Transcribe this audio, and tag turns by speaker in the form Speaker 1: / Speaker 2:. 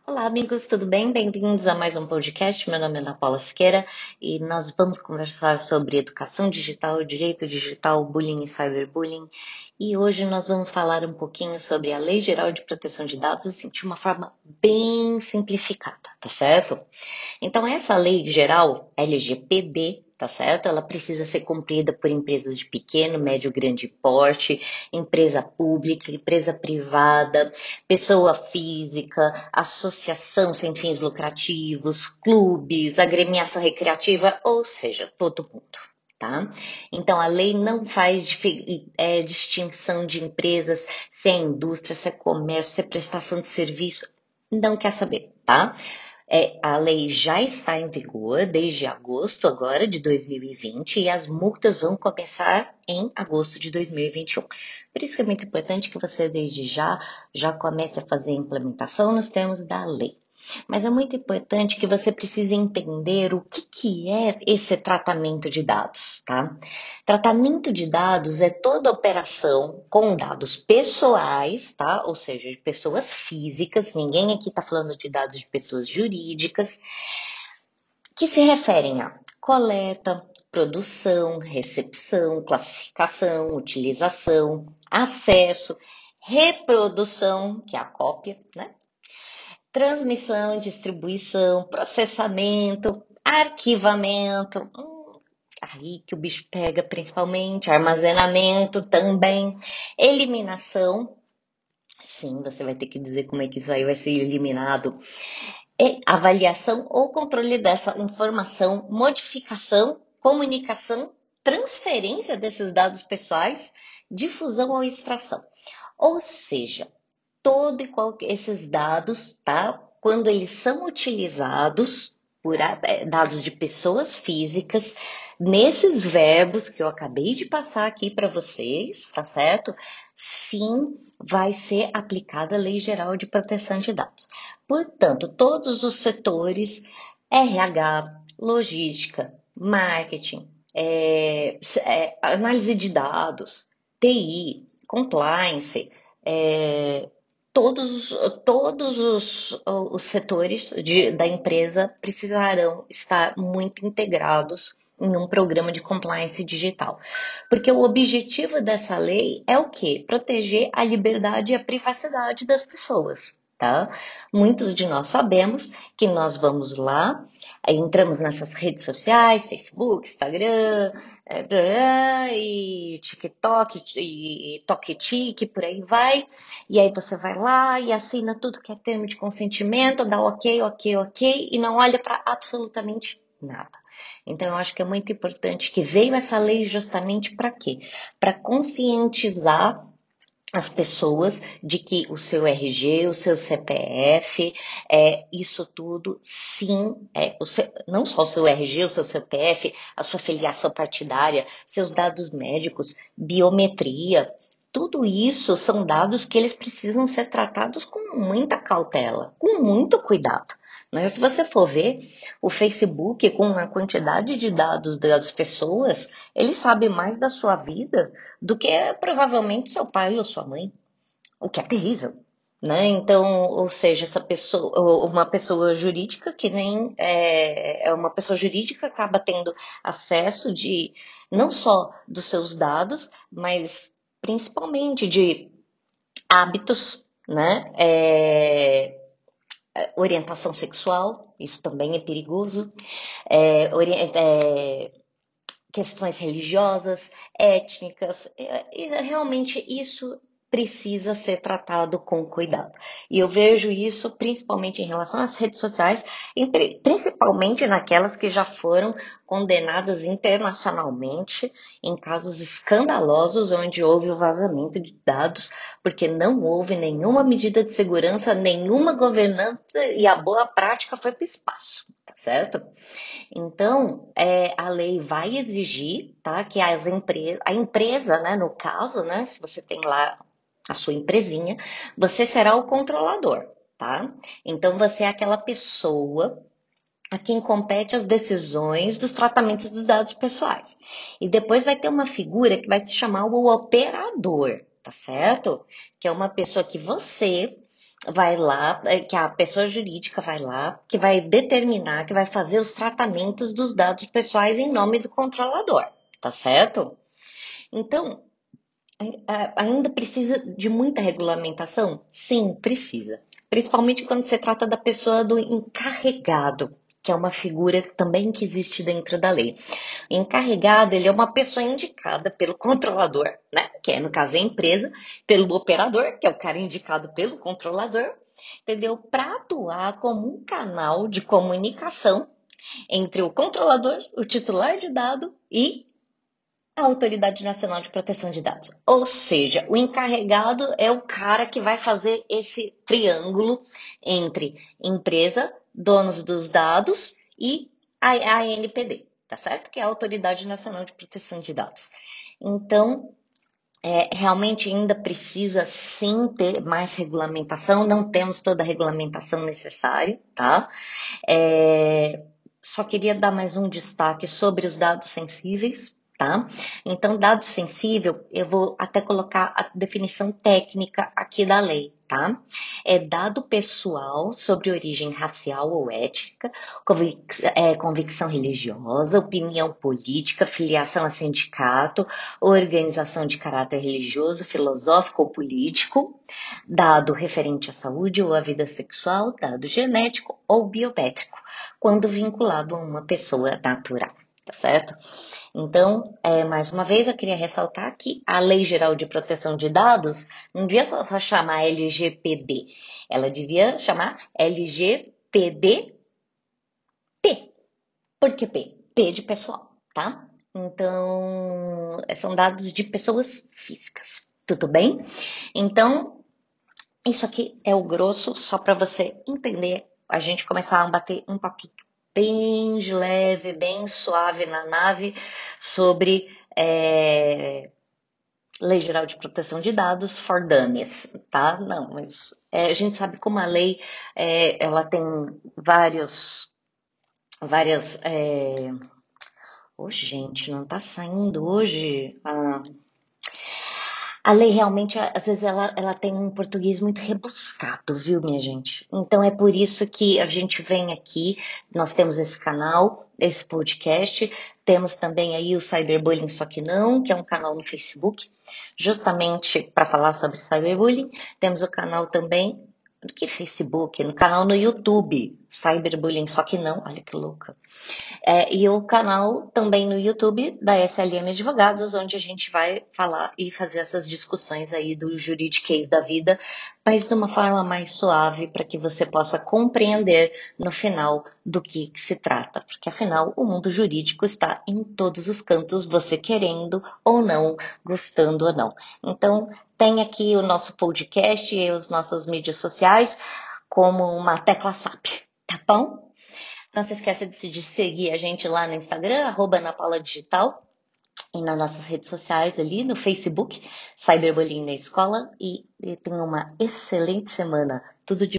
Speaker 1: Olá, amigos, tudo bem? Bem-vindos a mais um podcast. Meu nome é Ana Paula Siqueira e nós vamos conversar sobre educação digital, direito digital, bullying e cyberbullying. E hoje nós vamos falar um pouquinho sobre a Lei Geral de Proteção de Dados, assim, de uma forma bem simplificada, tá certo? Então, essa lei geral, LGPD, tá certo? Ela precisa ser cumprida por empresas de pequeno, médio, grande porte, empresa pública, empresa privada, pessoa física, associação sem fins lucrativos, clubes, agremiação recreativa, ou seja, todo mundo. Tá? Então, a lei não faz distinção de empresas, se é indústria, se é comércio, se é prestação de serviço, não quer saber, tá? A lei já está em vigor desde agosto agora de 2020 e as multas vão começar em agosto de 2021. Por isso que é muito importante que você desde já comece a fazer a implementação nos termos da lei. Mas é muito importante que você precise entender o que é esse tratamento de dados, tá? Tratamento de dados é toda operação com dados pessoais, tá? Ou seja, de pessoas físicas, ninguém aqui está falando de dados de pessoas jurídicas, que se referem a coleta, produção, recepção, classificação, utilização, acesso, reprodução, que é a cópia, né? Transmissão, distribuição, processamento, arquivamento, aí que o bicho pega principalmente, armazenamento também, eliminação, sim, você vai ter que dizer como é que isso aí vai ser eliminado, e avaliação ou controle dessa informação, modificação, comunicação, transferência desses dados pessoais, difusão ou extração. Ou seja, todo e qualquer esses dados, tá? Quando eles são utilizados por dados de pessoas físicas, nesses verbos que eu acabei de passar aqui para vocês, tá certo? Sim, vai ser aplicada a Lei Geral de Proteção de Dados. Portanto, todos os setores, RH, logística, marketing, análise de dados, TI, compliance, é, todos os setores da empresa precisarão estar muito integrados em um programa de compliance digital. Porque o objetivo dessa lei é o quê? Proteger a liberdade e a privacidade das pessoas. Tá? Muitos de nós sabemos que nós vamos lá, entramos nessas redes sociais, Facebook, Instagram, e TikTok, e Toquitique, por aí vai. E aí você vai lá e assina tudo que é termo de consentimento, dá ok, ok, ok, e não olha para absolutamente nada. Então, eu acho que é muito importante que veio essa lei justamente para quê? Para conscientizar as pessoas de que o seu RG, o seu CPF, isso tudo, sim, não só o seu RG, o seu CPF, a sua filiação partidária, seus dados médicos, biometria, tudo isso são dados que eles precisam ser tratados com muita cautela, com muito cuidado. Né? Se você for ver o Facebook com a quantidade de dados das pessoas, ele sabe mais da sua vida do que provavelmente seu pai ou sua mãe, o que é terrível. Né? Então, ou seja, essa pessoa, uma pessoa jurídica que nem uma pessoa jurídica acaba tendo acesso de não só dos seus dados, mas principalmente de hábitos, né? Orientação sexual, isso também é perigoso, é, questões religiosas, étnicas, e realmente isso precisa ser tratado com cuidado. E eu vejo isso principalmente em relação às redes sociais, principalmente naquelas que já foram condenadas internacionalmente em casos escandalosos onde houve o vazamento de dados, porque não houve nenhuma medida de segurança, nenhuma governança e a boa prática foi para o espaço, tá certo? Então, a lei vai exigir, tá, que a empresa, né, no caso, né, se você tem lá a sua empresinha, você será o controlador, tá? Então, você é aquela pessoa a quem compete as decisões dos tratamentos dos dados pessoais. E depois vai ter uma figura que vai se chamar o operador, tá certo? Que é uma pessoa que você vai lá, que a pessoa jurídica vai lá, que vai determinar, que vai fazer os tratamentos dos dados pessoais em nome do controlador, tá certo? Então, ainda precisa de muita regulamentação? Sim, precisa. Principalmente quando se trata da pessoa do encarregado, que é uma figura também que existe dentro da lei. O encarregado, ele é uma pessoa indicada pelo controlador, né? Que é, no caso, a empresa, pelo operador, que é o cara indicado pelo controlador, entendeu? Para atuar como um canal de comunicação entre o controlador, o titular de dado e a Autoridade Nacional de Proteção de Dados. Ou seja, o encarregado é o cara que vai fazer esse triângulo entre empresa, donos dos dados e a ANPD, tá certo? Que é a Autoridade Nacional de Proteção de Dados. Então, realmente ainda precisa sim ter mais regulamentação, não temos toda a regulamentação necessária, tá? Só queria dar mais um destaque sobre os dados sensíveis, tá? Então, dado sensível, eu vou até colocar a definição técnica aqui da lei, tá? É dado pessoal sobre origem racial ou étnica, convicção religiosa, opinião política, filiação a sindicato, organização de caráter religioso, filosófico ou político, dado referente à saúde ou à vida sexual, dado genético ou biométrico, quando vinculado a uma pessoa natural, tá certo? Então, mais uma vez, eu queria ressaltar que a Lei Geral de Proteção de Dados não devia só chamar LGPD, ela devia chamar LGPD-P. Por que P? P de pessoal, tá? Então, são dados de pessoas físicas, tudo bem? Então, isso aqui é o grosso, só para você entender, a gente começar a bater um papinho bem de leve, bem suave na nave sobre Lei Geral de Proteção de Dados for Dummies, tá? Não, mas a gente sabe como a lei ela tem várias. Gente, não tá saindo hoje. A lei realmente, às vezes, ela tem um português muito rebuscado, viu, minha gente? Então é por isso que a gente vem aqui, nós temos esse canal, esse podcast, temos também aí o Cyberbullying Só Que Não, que é um canal no Facebook, justamente para falar sobre cyberbullying. Temos o canal também, no que Facebook? No canal no YouTube, Cyberbullying Só Que Não, olha que louca. E o canal também no YouTube da SLM Advogados, onde a gente vai falar e fazer essas discussões aí do juridiquês da vida, mas de uma forma mais suave, para que você possa compreender no final do que se trata. Porque afinal, o mundo jurídico está em todos os cantos, você querendo ou não, gostando ou não. Então, tem aqui o nosso podcast e as nossas mídias sociais como uma tecla SAP, tá bom? Não se esqueça de seguir a gente lá no Instagram, @Ana Paula Digital, e nas nossas redes sociais ali, no Facebook, Cyberbullying na Escola. E tenha uma excelente semana. Tudo de